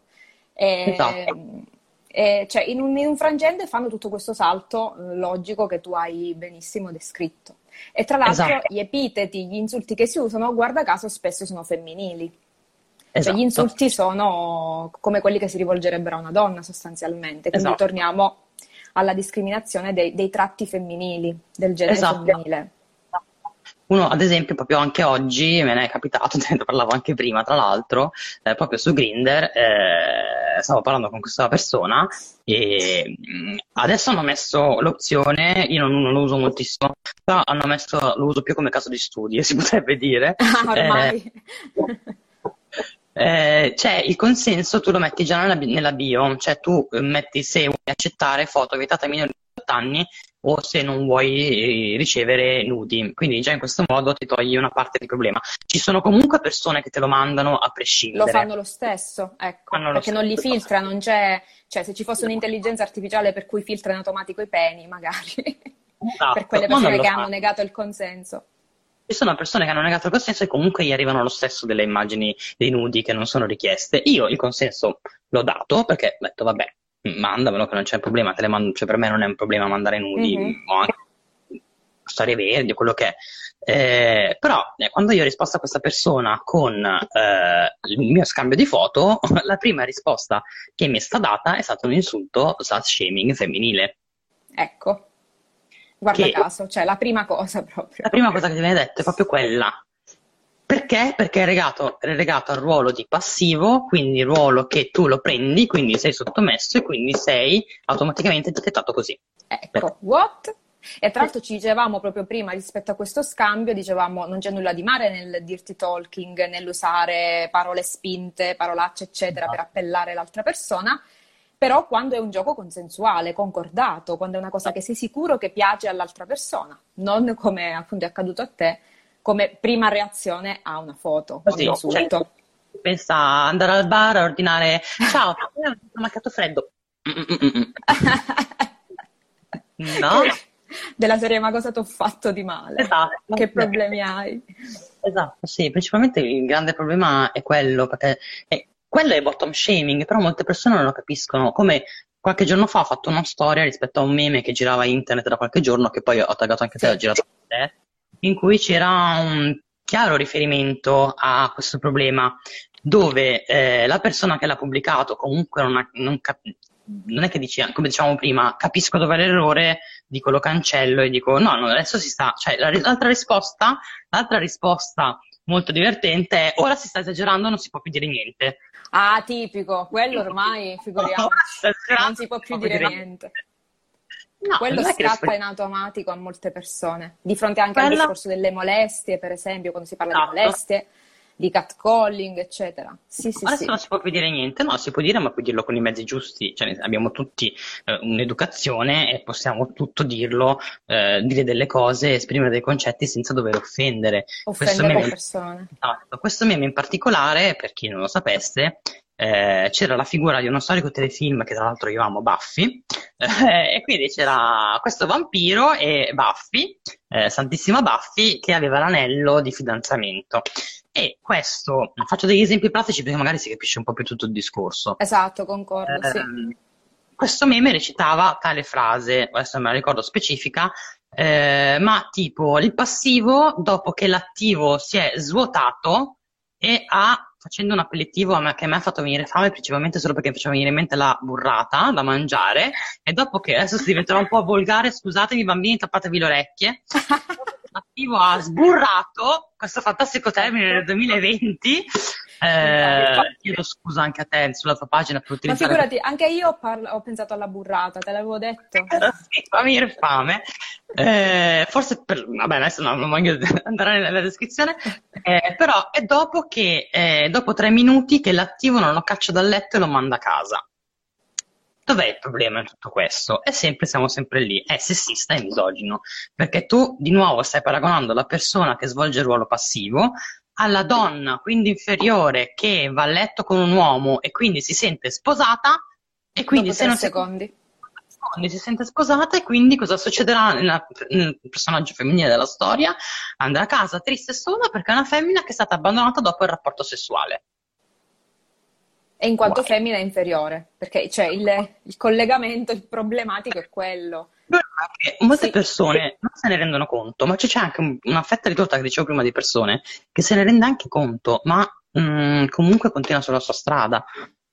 Speaker 2: esatto,
Speaker 1: E, e, cioè, in un, in un frangente fanno tutto questo salto eh, logico che tu hai benissimo descritto. E tra l'altro
Speaker 2: esatto,
Speaker 1: gli epiteti, gli insulti che si usano, guarda caso, spesso sono femminili. Cioè gli
Speaker 2: esatto,
Speaker 1: insulti sono come quelli che si rivolgerebbero a una donna sostanzialmente, quindi
Speaker 2: esatto,
Speaker 1: torniamo alla discriminazione dei, dei tratti femminili, del genere
Speaker 2: esatto.
Speaker 1: femminile.
Speaker 2: Uno, ad esempio, proprio anche oggi me ne è capitato, te ne parlavo anche prima, tra l'altro, eh, proprio su Grindr, eh, stavo parlando con questa persona e mh, adesso hanno messo l'opzione, io non, non lo uso moltissimo, però hanno messo, lo uso più come caso di studio, si potrebbe dire.
Speaker 1: Ah,
Speaker 2: Eh,
Speaker 1: ormai.
Speaker 2: eh, c'è il consenso, tu lo metti già nella, bi- nella bio, cioè tu eh, metti se vuoi accettare foto vietate ai minori di diciotto anni o se non vuoi eh, ricevere nudi. Quindi già in questo modo ti togli una parte del problema. Ci sono comunque persone che te lo mandano a
Speaker 1: Lo fanno
Speaker 2: prescindere,
Speaker 1: lo stesso, ecco,
Speaker 2: fanno lo
Speaker 1: perché non li
Speaker 2: stesso.
Speaker 1: filtra, non c'è, cioè se ci fosse un'intelligenza artificiale per cui filtra in automatico i peni, magari, per
Speaker 2: Esatto,
Speaker 1: quelle
Speaker 2: ma non
Speaker 1: persone
Speaker 2: lo
Speaker 1: che hanno
Speaker 2: fanno.
Speaker 1: negato il consenso.
Speaker 2: Ci sono persone che hanno negato il consenso e comunque gli arrivano lo stesso delle immagini dei nudi che non sono richieste. Io il consenso l'ho dato perché ho detto, vabbè, mandamelo che non c'è problema, te le mando, cioè per me non è un problema mandare nudi,
Speaker 1: Mhm.
Speaker 2: o anche storie verdi o quello che è. Eh, però eh, quando io ho risposto a questa persona con eh, il mio scambio di foto, la prima risposta che mi è stata data è stato un insulto slut shaming femminile.
Speaker 1: Ecco, guarda
Speaker 2: Che
Speaker 1: caso, cioè la prima cosa proprio.
Speaker 2: la prima cosa che ti viene detto è proprio quella. Perché? Perché è legato, è legato al ruolo di passivo, quindi il ruolo che tu lo prendi, quindi sei sottomesso e quindi sei automaticamente etichettato così. Perché?
Speaker 1: Ecco, what? E tra l'altro ci dicevamo proprio prima rispetto a questo scambio, dicevamo non c'è nulla di male nel dirty talking, nell'usare parole spinte, parolacce, eccetera, per appellare l'altra persona, però quando è un gioco consensuale, concordato, quando è una cosa che sei sicuro che piace all'altra persona, non come appunto è accaduto a te, come prima reazione a una foto, a un
Speaker 2: Così, cioè,
Speaker 1: insulto.
Speaker 2: pensa a andare al bar a ordinare, ciao, ho un macchiato freddo. Mm, mm, mm, mm. No?
Speaker 1: Della serie, ma cosa ti ho fatto di male?
Speaker 2: Esatto.
Speaker 1: Che problemi hai?
Speaker 2: Esatto, sì, principalmente il grande problema è quello, perché è- quello è bottom shaming, però molte persone non lo capiscono. Come qualche giorno fa ho fatto una storia rispetto a un meme che girava internet da qualche giorno, che poi ho taggato anche te, ho
Speaker 1: Sì.
Speaker 2: girato anche te, in cui c'era un chiaro riferimento a questo problema, dove eh, la persona che l'ha pubblicato comunque non, ha- non cap- non è che dice, come dicevamo prima, capisco dove è l'errore, dico lo cancello e dico no, no, adesso si sta, cioè la- l'altra risposta L'altra risposta molto divertente è ora si sta esagerando, non si può più dire niente.
Speaker 1: Ah, tipico, quello ormai,
Speaker 2: Ora si sta
Speaker 1: figuriamoci, non
Speaker 2: esagerando,
Speaker 1: si può
Speaker 2: non si
Speaker 1: più
Speaker 2: può più
Speaker 1: dire
Speaker 2: dire
Speaker 1: niente.
Speaker 2: niente. No,
Speaker 1: Quello
Speaker 2: non è che
Speaker 1: scatta
Speaker 2: rispondi
Speaker 1: in automatico a molte persone, di fronte anche al
Speaker 2: quella.
Speaker 1: discorso delle molestie, per esempio, quando si parla di
Speaker 2: Esatto.
Speaker 1: molestie, di catcalling, eccetera. Sì, sì,
Speaker 2: Adesso
Speaker 1: sì.
Speaker 2: non si può più dire niente, no, si può dire, ma puoi dirlo con i mezzi giusti, cioè abbiamo tutti eh, un'educazione e possiamo tutto dirlo, eh, dire delle cose, esprimere dei concetti senza dover offendere. Questo
Speaker 1: Offendere le
Speaker 2: meme,
Speaker 1: persone.
Speaker 2: esatto, questo meme in particolare, per chi non lo sapesse, eh, c'era la figura di uno storico telefilm che tra l'altro io amo, Buffy, eh, e quindi c'era questo vampiro e Buffy, eh, Santissima Buffy, che aveva l'anello di fidanzamento. E questo, faccio degli esempi pratici perché magari si capisce un po' più tutto il discorso.
Speaker 1: Esatto, concordo, sì.
Speaker 2: Ehm, Questo meme recitava tale frase, adesso non me la ricordo specifica, eh, ma tipo il passivo dopo che l'attivo si è svuotato e ha, facendo un aperitivo a me- che a me ha fatto venire fame principalmente solo perché mi faceva venire in mente la burrata da mangiare, e dopo che, adesso si diventerà un po' volgare, scusatemi bambini, tappatevi le orecchie, l'attivo ha sburrato, questo fantastico termine del duemilaventi, eh, chiedo scusa anche a te sulla tua pagina per
Speaker 1: Ma
Speaker 2: utilizzare
Speaker 1: figurati, anche io ho, parla- ho pensato alla burrata, te l'avevo detto.
Speaker 2: sì, fa venire fame. Eh, forse per, vabbè, adesso no, non voglio andare nella descrizione, eh, però è dopo che, eh, dopo tre minuti che l'attivo non lo caccia dal letto e lo manda a casa. Dov'è il problema in tutto questo? È sempre, siamo sempre lì, è sessista e misogino, perché tu di nuovo stai paragonando la persona che svolge il ruolo passivo alla donna, quindi inferiore, che va a letto con un uomo e quindi si sente sposata, e quindi
Speaker 1: Dopo
Speaker 2: se
Speaker 1: tre
Speaker 2: non si
Speaker 1: secondi.
Speaker 2: secondi si sente sposata, e quindi cosa succederà nella- nel personaggio femminile della storia? Andrà a casa triste e sola perché è una femmina che è stata abbandonata dopo il rapporto sessuale.
Speaker 1: E in quanto
Speaker 2: Guai.
Speaker 1: femmina è inferiore, perché cioè, il, il collegamento, il problematico è quello.
Speaker 2: Il problema è che molte
Speaker 1: Sì,
Speaker 2: persone non se ne rendono conto, ma c'è c'è anche un- una fetta di torta che dicevo prima di persone che se ne rende anche conto, ma mm, comunque continua sulla sua strada.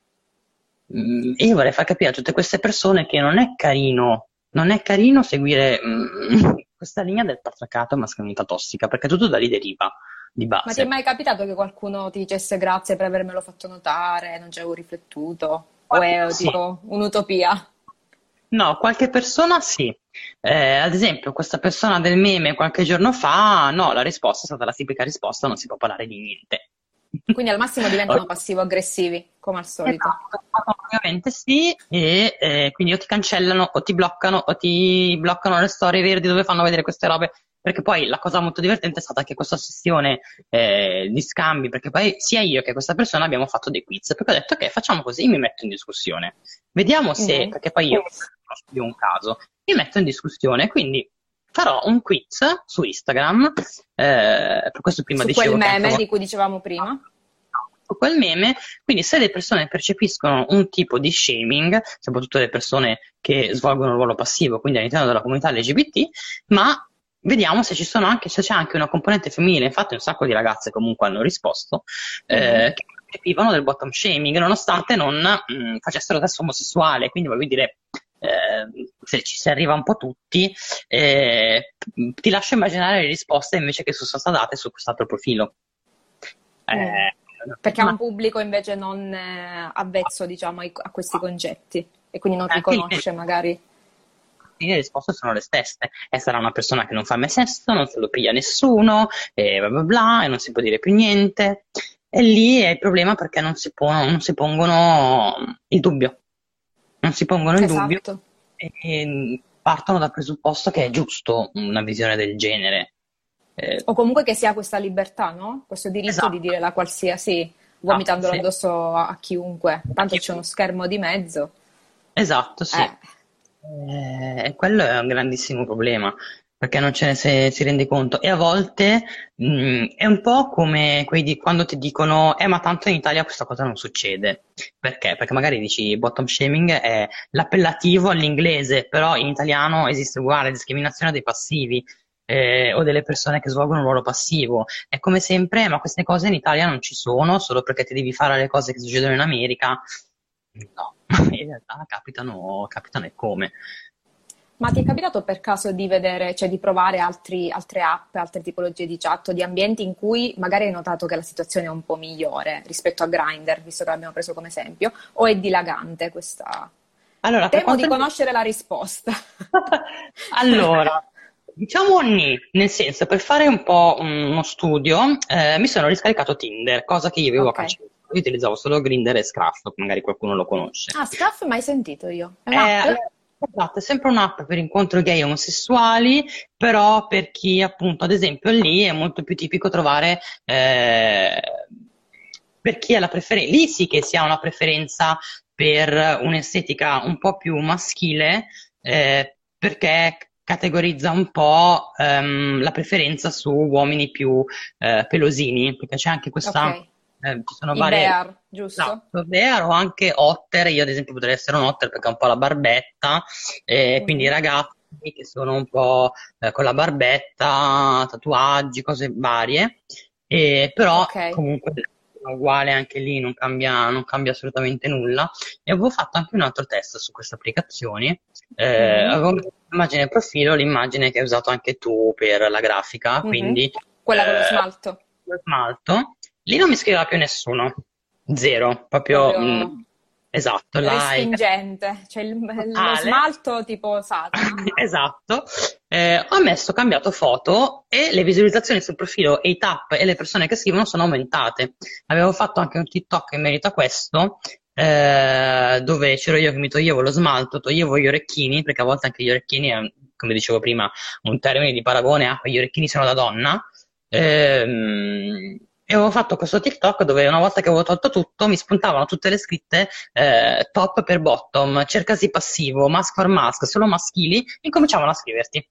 Speaker 2: Mm, e io vorrei far capire a tutte queste persone che non è carino, non è carino seguire mm, questa linea del patriarcato e mascolinità tossica, perché tutto da lì deriva, di
Speaker 1: ma ti è
Speaker 2: base.
Speaker 1: mai capitato che qualcuno ti dicesse grazie per avermelo fatto notare, non ci avevo riflettuto? O
Speaker 2: Qualche-
Speaker 1: è
Speaker 2: Sì.
Speaker 1: tipo un'utopia?
Speaker 2: No, qualche persona sì. Eh, ad esempio, questa persona del meme qualche giorno fa, no, la risposta è stata la tipica risposta, non si può parlare di niente.
Speaker 1: Quindi al massimo diventano passivo-aggressivi, come al solito.
Speaker 2: Esatto, ovviamente sì, e eh, quindi o ti cancellano o ti bloccano o ti bloccano le storie verdi dove fanno vedere queste robe, perché poi la cosa molto divertente è stata che questa sessione eh, di scambi, perché poi sia io che questa persona abbiamo fatto dei quiz, perché ho detto ok, facciamo così, mi metto in discussione, vediamo se,
Speaker 1: Mhm.
Speaker 2: perché poi io conosco più un caso, mi metto in discussione, quindi farò un quiz su Instagram, eh, per questo prima
Speaker 1: Su quel
Speaker 2: dicevo che anche
Speaker 1: meme
Speaker 2: voi-
Speaker 1: di cui dicevamo prima.
Speaker 2: su quel meme, quindi se le persone percepiscono un tipo di shaming, soprattutto le persone che svolgono un ruolo passivo, quindi all'interno della comunità L G B T, ma vediamo se ci sono anche, se c'è anche una componente femminile, infatti un sacco di ragazze comunque hanno risposto,
Speaker 1: Mhm.
Speaker 2: eh, che percepivano del bottom shaming, nonostante non mh, facessero sesso omosessuale, quindi voglio dire, eh, se ci si arriva un po' tutti, eh, ti lascio immaginare le risposte invece che sono state date su quest'altro profilo.
Speaker 1: Mm.
Speaker 2: Eh,
Speaker 1: Perché ha
Speaker 2: ma
Speaker 1: un pubblico invece non eh, avvezzo, diciamo, ai- a questi concetti e quindi non
Speaker 2: anche lì
Speaker 1: riconosce magari.
Speaker 2: le risposte sono le stesse. E sarà una persona che non fa mai sesso, non se lo piglia nessuno, e bla bla bla, e non si può dire più niente. E lì è il problema perché non si, pon- non si pongono il dubbio. Non si pongono il dubbio
Speaker 1: Esatto.
Speaker 2: e partono dal presupposto che è giusto una visione del genere. Eh,
Speaker 1: O comunque che si ha questa libertà, no? Questo diritto di
Speaker 2: esatto.
Speaker 1: dire la qualsiasi
Speaker 2: Ah,
Speaker 1: vomitandolo
Speaker 2: sì.
Speaker 1: addosso a, a chiunque,
Speaker 2: A
Speaker 1: tanto
Speaker 2: chi-
Speaker 1: c'è uno schermo di mezzo.
Speaker 2: Esatto, sì.
Speaker 1: Eh,
Speaker 2: Eh, E quello è un grandissimo problema, perché non ce ne se- si rende conto. E a volte mh, è un po' come quei di- quando ti dicono, eh, ma tanto in Italia questa cosa non succede. Perché? Perché magari dici bottom shaming è l'appellativo all'inglese, però in italiano esiste uguale discriminazione dei passivi. Eh, o delle persone che svolgono un ruolo passivo. È come sempre, ma queste cose in Italia non ci sono, solo perché ti devi fare le cose che succedono in America. No, in realtà capitano, capitano e come.
Speaker 1: ma ti è capitato per caso di vedere, cioè di provare altri- altre app, altre tipologie di chat o di ambienti in cui magari hai notato che la situazione è un po' migliore rispetto a Grindr, visto che l'abbiamo preso come esempio, o è dilagante questa?
Speaker 2: Allora, per
Speaker 1: Temo di
Speaker 2: quanto riguarda...
Speaker 1: conoscere la risposta.
Speaker 2: Allora, diciamo nì, nel senso, per fare un po' uno studio, eh, mi sono riscaricato Tinder, cosa che io avevo
Speaker 1: Ok.
Speaker 2: cancellato. Io utilizzavo solo Grindr e Scruff, magari qualcuno lo conosce.
Speaker 1: Ah, Scruff mai sentito io. È
Speaker 2: Eh,
Speaker 1: un'app?
Speaker 2: allora, esatto, è sempre un'app per incontri gay e omosessuali, però per chi appunto, ad esempio, lì è molto più tipico trovare, eh, per chi ha la preferenza, lì sì che si ha una preferenza per un'estetica un po' più maschile, eh, perché categorizza un po' ehm, la preferenza su uomini più eh, pelosini, perché c'è anche
Speaker 1: Ok.
Speaker 2: questa, eh, ci sono
Speaker 1: I
Speaker 2: varie...
Speaker 1: bear, giusto?
Speaker 2: Esatto, vero, anche otter, io ad esempio potrei essere un otter perché ho un po' la barbetta, e quindi
Speaker 1: Mhm.
Speaker 2: ragazzi che sono un po' eh, con la barbetta, tatuaggi, cose varie, e, però
Speaker 1: Ok.
Speaker 2: comunque è uguale anche lì, non cambia, non cambia assolutamente nulla. E avevo fatto anche un altro test su queste applicazioni, eh,
Speaker 1: Mhm.
Speaker 2: avevo messo l'immagine profilo, l'immagine che hai usato anche tu per la grafica,
Speaker 1: Mhm.
Speaker 2: quindi
Speaker 1: Quella con lo
Speaker 2: eh,
Speaker 1: smalto.
Speaker 2: lo smalto. Lì non mi scriveva più nessuno, zero, proprio mm,
Speaker 1: Proprio
Speaker 2: esatto, like
Speaker 1: respingente. Cioè il- lo
Speaker 2: totale.
Speaker 1: smalto tipo Satana.
Speaker 2: Esatto. Eh, ho messo, ho cambiato foto e le visualizzazioni sul profilo e i tap e le persone che scrivono sono aumentate. Avevo fatto anche un TikTok in merito a questo, eh, dove c'ero io che mi toglievo lo smalto, toglievo gli orecchini, perché a volte anche gli orecchini è, come dicevo prima, un termine di paragone a gli orecchini sono da donna. Ehm, e avevo fatto questo TikTok dove una volta che avevo tolto tutto mi spuntavano tutte le scritte eh, top per bottom, cercasi passivo, mask for mask, solo maschili, incominciavano a scriverti.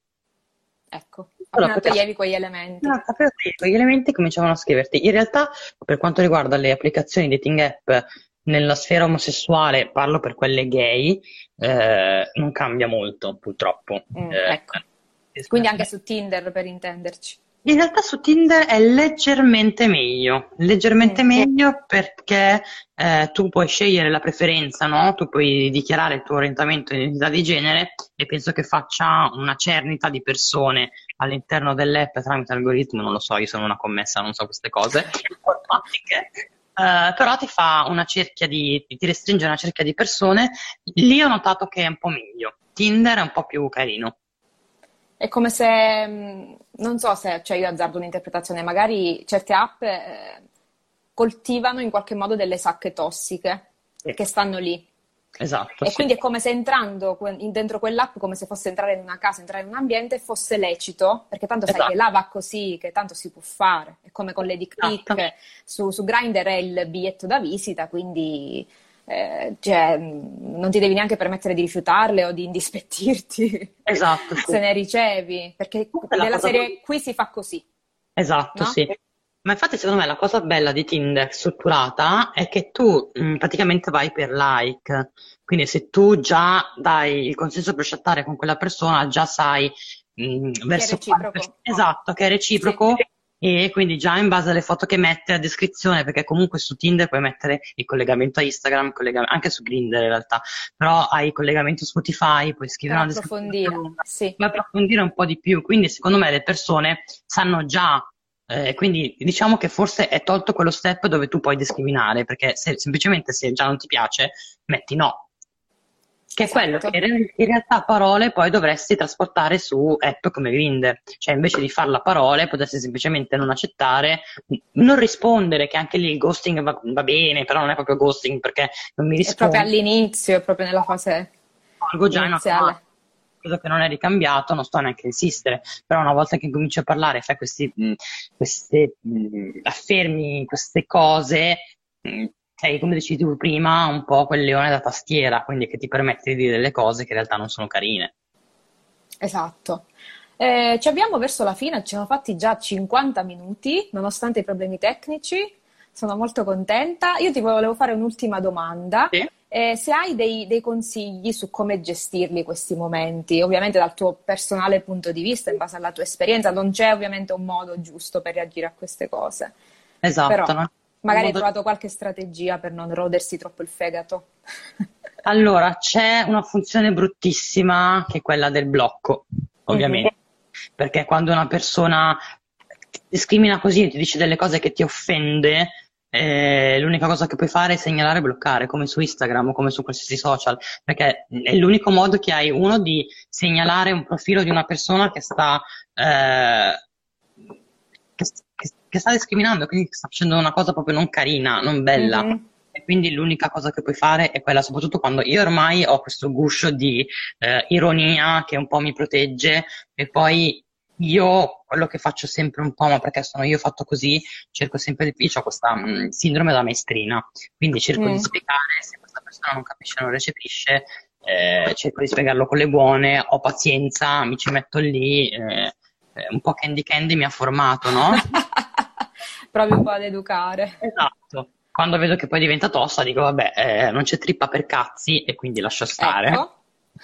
Speaker 1: Ecco,
Speaker 2: Allora,
Speaker 1: appena
Speaker 2: perché
Speaker 1: toglievi quegli elementi.
Speaker 2: no, sapevo che quegli elementi cominciavano a scriverti. In realtà, per quanto riguarda le applicazioni dating app nella sfera omosessuale, parlo per quelle gay, eh, non cambia molto, purtroppo.
Speaker 1: Mm,
Speaker 2: Eh,
Speaker 1: ecco.
Speaker 2: riescono a
Speaker 1: Quindi anche
Speaker 2: essere-
Speaker 1: su Tinder per intenderci.
Speaker 2: In realtà su Tinder è leggermente meglio, leggermente
Speaker 1: Mm,
Speaker 2: meglio perché eh, tu puoi scegliere la preferenza, no? Tu puoi dichiarare il tuo orientamento e identità di genere e penso che faccia una cernita di persone all'interno dell'app tramite algoritmo, non lo so, io sono una commessa, non so queste cose informatiche, eh, però ti fa una cerchia di, ti restringe una cerchia di persone. Lì ho notato che è un po' meglio. Tinder è un po' più carino.
Speaker 1: È come se, mh, non so se, cioè io azzardo un'interpretazione, magari certe app eh, coltivano in qualche modo delle sacche tossiche
Speaker 2: Sì.
Speaker 1: che stanno lì.
Speaker 2: Esatto,
Speaker 1: E
Speaker 2: sì.
Speaker 1: quindi è come se entrando que- in- dentro quell'app, come se fosse entrare in una casa, entrare in un ambiente, fosse lecito, perché tanto sai che
Speaker 2: Esatto,
Speaker 1: là va così, che tanto si può fare. È come con le dick
Speaker 2: esatto.
Speaker 1: pic, su, su Grindr è il biglietto da visita, quindi eh, cioè, mh, non ti devi neanche permettere di rifiutarle o di indispettirti
Speaker 2: Esatto, sì.
Speaker 1: se ne ricevi, perché
Speaker 2: Questa è la
Speaker 1: della
Speaker 2: cosa
Speaker 1: serie
Speaker 2: bella.
Speaker 1: qui si fa così,
Speaker 2: Esatto,
Speaker 1: no?
Speaker 2: sì. Ma infatti secondo me la cosa bella di Tinder strutturata è che tu mh, praticamente vai per like. Quindi se tu già dai il consenso per chattare con quella persona, già sai mh,
Speaker 1: Che è
Speaker 2: verso quale pers-
Speaker 1: reciproco.
Speaker 2: esatto, che è
Speaker 1: Sì,
Speaker 2: reciproco e quindi già in base alle foto che mette, a descrizione, perché comunque su Tinder puoi mettere il collegamento a Instagram, il collega- anche su Grindr in realtà, però hai il collegamento Spotify, puoi
Speaker 1: per
Speaker 2: scrivere una descrizione più
Speaker 1: approfondire,
Speaker 2: lunga,
Speaker 1: sì.
Speaker 2: puoi approfondire un po' di più. Quindi secondo me le persone sanno già, eh, quindi diciamo che forse è tolto quello step dove tu puoi discriminare, perché se, semplicemente se già non ti piace, metti no. Che è quello che
Speaker 1: Esatto.
Speaker 2: in re- in realtà a parole poi dovresti trasportare su app come Grindr, cioè invece di farla a parole potresti semplicemente non accettare, non rispondere, che anche lì il ghosting va, va bene, però non è proprio ghosting perché non mi
Speaker 1: È proprio
Speaker 2: rispondi,
Speaker 1: all'inizio, è proprio nella fase
Speaker 2: salgo già in
Speaker 1: iniziale.
Speaker 2: automatico. Quello che non è ricambiato, non sto neanche a insistere, però una volta che cominci a parlare, fai questi, mh, queste, mh, affermi queste cose, mh, mm, sei, come dicevi tu prima, un po' quel leone da tastiera, quindi che ti permette di dire delle cose che in realtà non sono carine.
Speaker 1: Esatto. Eh, ci abbiamo verso la fine, ci siamo fatti già cinquanta minuti, nonostante i problemi tecnici. Sono molto contenta. Io ti volevo fare un'ultima domanda.
Speaker 2: Sì.
Speaker 1: Eh, se hai dei, dei consigli su come gestirli questi momenti, ovviamente dal tuo personale punto di vista, in base alla tua esperienza, non c'è ovviamente un modo giusto per reagire a queste cose, però
Speaker 2: Esatto, non c'è un
Speaker 1: magari hai
Speaker 2: modo.
Speaker 1: trovato qualche strategia per non rodersi troppo il fegato.
Speaker 2: Allora, c'è una funzione bruttissima che è quella del blocco,
Speaker 1: Mhm.
Speaker 2: ovviamente, perché quando una persona ti discrimina così e ti dice delle cose che ti offende, eh, l'unica cosa che puoi fare è segnalare e bloccare, come su Instagram o come su qualsiasi social, perché è l'unico modo che hai, uno, di segnalare un profilo di una persona che sta, eh, che, che- che sta discriminando, quindi che sta facendo una cosa proprio non carina, non bella.
Speaker 1: Mhm.
Speaker 2: E quindi l'unica cosa che puoi fare è quella, soprattutto quando io ormai ho questo guscio di eh, ironia che un po' mi protegge, e poi io quello che faccio sempre un po', ma perché sono io fatto così, cerco sempre di più, ho questa mh, sindrome da maestrina, quindi cerco di
Speaker 1: Mm.
Speaker 2: spiegare, se questa persona non capisce, non recepisce, eh, cerco di spiegarlo con le buone, ho pazienza, mi ci metto lì, eh, eh, un po' Candy Candy mi ha formato, no?
Speaker 1: Provi un po' ad educare.
Speaker 2: Esatto. Quando vedo che poi diventa tosta, dico, vabbè, eh, non c'è trippa per cazzi e quindi lascio stare.
Speaker 1: Ecco.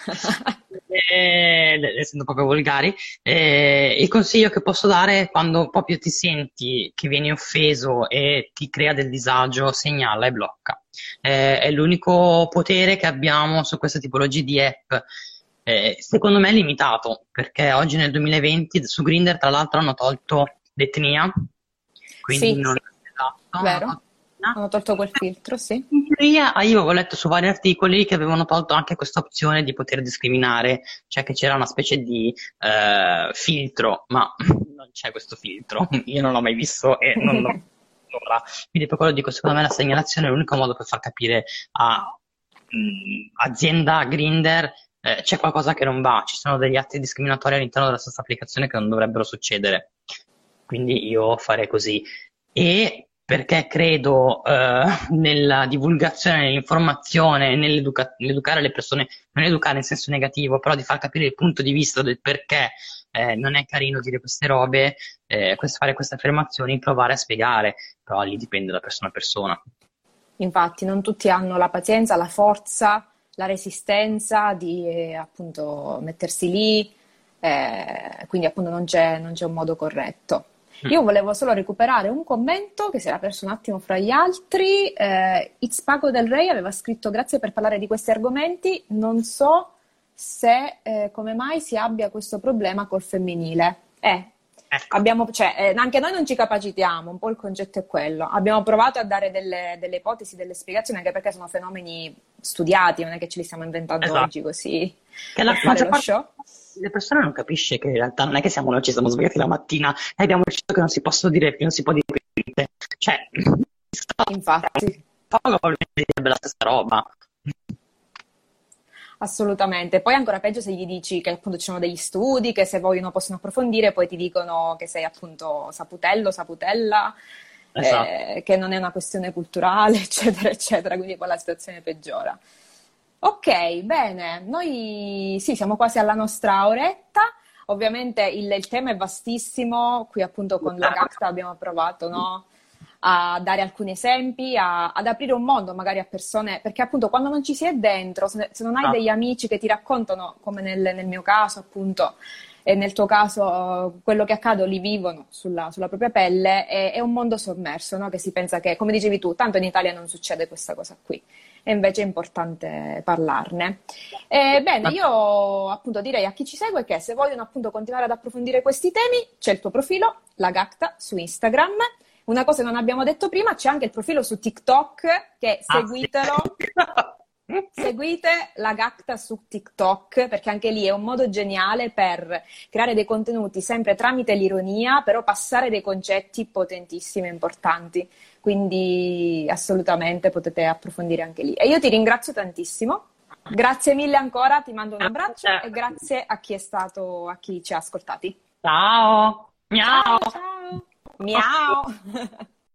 Speaker 2: Eh, essendo proprio volgari, eh, il consiglio che posso dare è quando proprio ti senti che vieni offeso e ti crea del disagio, segnala e blocca. Eh, è l'unico potere che abbiamo su queste tipologie di app. Eh, secondo me è limitato, perché oggi nel duemilaventi su Grindr tra l'altro hanno tolto l'etnia, quindi
Speaker 1: Sì,
Speaker 2: non, esatto, hanno
Speaker 1: vero.
Speaker 2: tolto l'etnia.
Speaker 1: Hanno tolto quel filtro, sì.
Speaker 2: In teoria, ah, io avevo letto su vari articoli che avevano tolto anche questa opzione di poter discriminare, cioè che c'era una specie di eh, filtro, ma non c'è questo filtro, io non l'ho mai visto e non l'ho ora. Quindi per quello dico, secondo me la segnalazione è l'unico modo per far capire a mh, azienda Grindr eh, c'è qualcosa che non va, ci sono degli atti discriminatori all'interno della stessa applicazione che non dovrebbero succedere. Quindi io farei così. E perché credo eh, nella divulgazione, nell'informazione, nell'educa- nell'educare le persone, non educare in senso negativo, però di far capire il punto di vista del perché eh, non è carino dire queste robe, eh, quest- fare queste affermazioni, provare a spiegare, però lì dipende da persona a persona.
Speaker 1: Infatti, non tutti hanno la pazienza, la forza, la resistenza di eh, appunto mettersi lì, eh, quindi appunto non c'è non c'è un modo corretto.
Speaker 2: Mm.
Speaker 1: Io volevo solo recuperare un commento che si era perso un attimo fra gli altri. Eh, It's Paco del Rey aveva scritto: grazie per parlare di questi argomenti. Non so se eh, come mai si abbia questo problema col femminile. Eh,
Speaker 2: Ecco,
Speaker 1: abbiamo, cioè, eh, anche noi non ci capacitiamo, un po' il concetto è quello. Abbiamo provato a dare delle, delle ipotesi, delle spiegazioni, anche perché sono fenomeni studiati, non è che ce li stiamo inventando
Speaker 2: esatto.
Speaker 1: oggi così
Speaker 2: Che la
Speaker 1: per fare
Speaker 2: maggior
Speaker 1: lo
Speaker 2: parte
Speaker 1: show.
Speaker 2: delle persone non capisce che in realtà non è che siamo noi, ci siamo svegliati la mattina e abbiamo deciso che non si possono dire, che non si può dire niente. Cioè,
Speaker 1: Infatti.
Speaker 2: probabilmente direbbe la stessa roba.
Speaker 1: Assolutamente. Poi ancora peggio se gli dici che appunto ci sono degli studi, che se vogliono possono approfondire, poi ti dicono che sei appunto saputello, saputella,
Speaker 2: Esatto.
Speaker 1: eh, che non è una questione culturale, eccetera, eccetera. Quindi poi la situazione peggiora. Ok, bene. Noi sì, siamo quasi alla nostra oretta. Ovviamente il, il tema è vastissimo. Qui appunto con la GACTA abbiamo provato, no? A dare alcuni esempi, a- ad aprire un mondo magari a persone, perché appunto quando non ci si è dentro, se, se non hai degli amici che ti raccontano, come nel, nel mio caso appunto, e nel tuo caso quello che accade o li vivono sulla, sulla propria pelle, è, è un mondo sommerso, no? Che si pensa che, come dicevi tu, tanto in Italia non succede questa cosa qui, e invece è importante parlarne. Eh, bene, io appunto direi a chi ci segue che se vogliono appunto continuare ad approfondire questi temi, c'è il tuo profilo, la GACTA, su Instagram. Una cosa che non abbiamo detto prima, c'è anche il profilo su TikTok, che
Speaker 2: Ah, sì.
Speaker 1: seguitelo, seguite la GACTA su TikTok, perché anche lì è un modo geniale per creare dei contenuti sempre tramite l'ironia, però passare dei concetti potentissimi e importanti. Quindi assolutamente potete approfondire anche lì. E io ti ringrazio tantissimo. Grazie mille ancora, ti mando un abbraccio e grazie a chi è stato, a chi ci ha ascoltati.
Speaker 2: Ciao.
Speaker 1: Ciao,
Speaker 2: Miau.
Speaker 1: ciao. Miau.